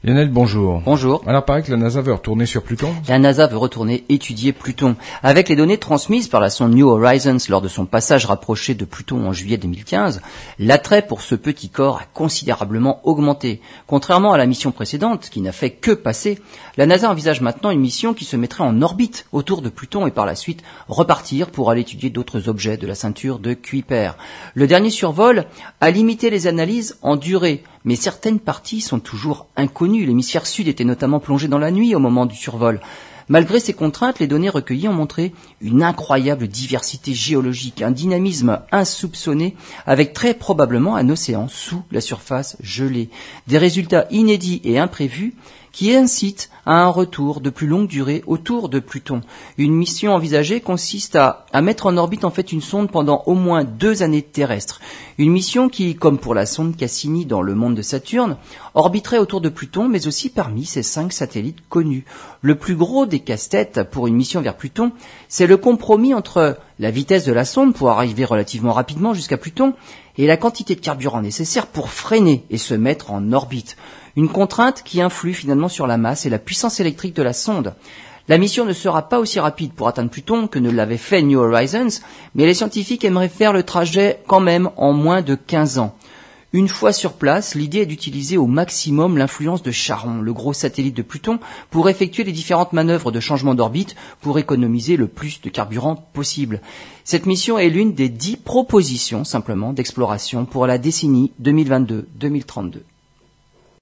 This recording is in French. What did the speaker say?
Lionel, bonjour. Bonjour. Alors, paraît que la NASA veut retourner sur Pluton. La NASA veut retourner étudier Pluton. Avec les données transmises par la sonde New Horizons lors de son passage rapproché de Pluton en juillet 2015, l'attrait pour ce petit corps a considérablement augmenté. Contrairement à la mission précédente, qui n'a fait que passer, la NASA envisage maintenant une mission qui se mettrait en orbite autour de Pluton et par la suite repartir pour aller étudier d'autres objets de la ceinture de Kuiper. Le dernier survol a limité les analyses en durée, mais certaines parties sont toujours inconnues. L'hémisphère sud était notamment plongé dans la nuit au moment du survol. Malgré ces contraintes, les données recueillies ont montré une incroyable diversité géologique, un dynamisme insoupçonné, avec très probablement un océan sous la surface gelée. Des résultats inédits et imprévus qui incitent à un retour de plus longue durée autour de Pluton. Une mission envisagée consiste à mettre en orbite en fait une sonde pendant au moins 2 années terrestres. Une mission qui, comme pour la sonde Cassini dans le monde de Saturne, orbiterait autour de Pluton, mais aussi parmi ses 5 satellites connus. Le plus gros des casse-têtes pour une mission vers Pluton, c'est le compromis entre la vitesse de la sonde pour arriver relativement rapidement jusqu'à Pluton et la quantité de carburant nécessaire pour freiner et se mettre en orbite. Une contrainte qui influe finalement sur la masse et la puissance électrique de la sonde. La mission ne sera pas aussi rapide pour atteindre Pluton que ne l'avait fait New Horizons, mais les scientifiques aimeraient faire le trajet quand même en moins de 15 ans. Une fois sur place, l'idée est d'utiliser au maximum l'influence de Charon, le gros satellite de Pluton, pour effectuer les différentes manœuvres de changement d'orbite pour économiser le plus de carburant possible. Cette mission est l'une des 10 propositions simplement d'exploration pour la décennie 2022-2032.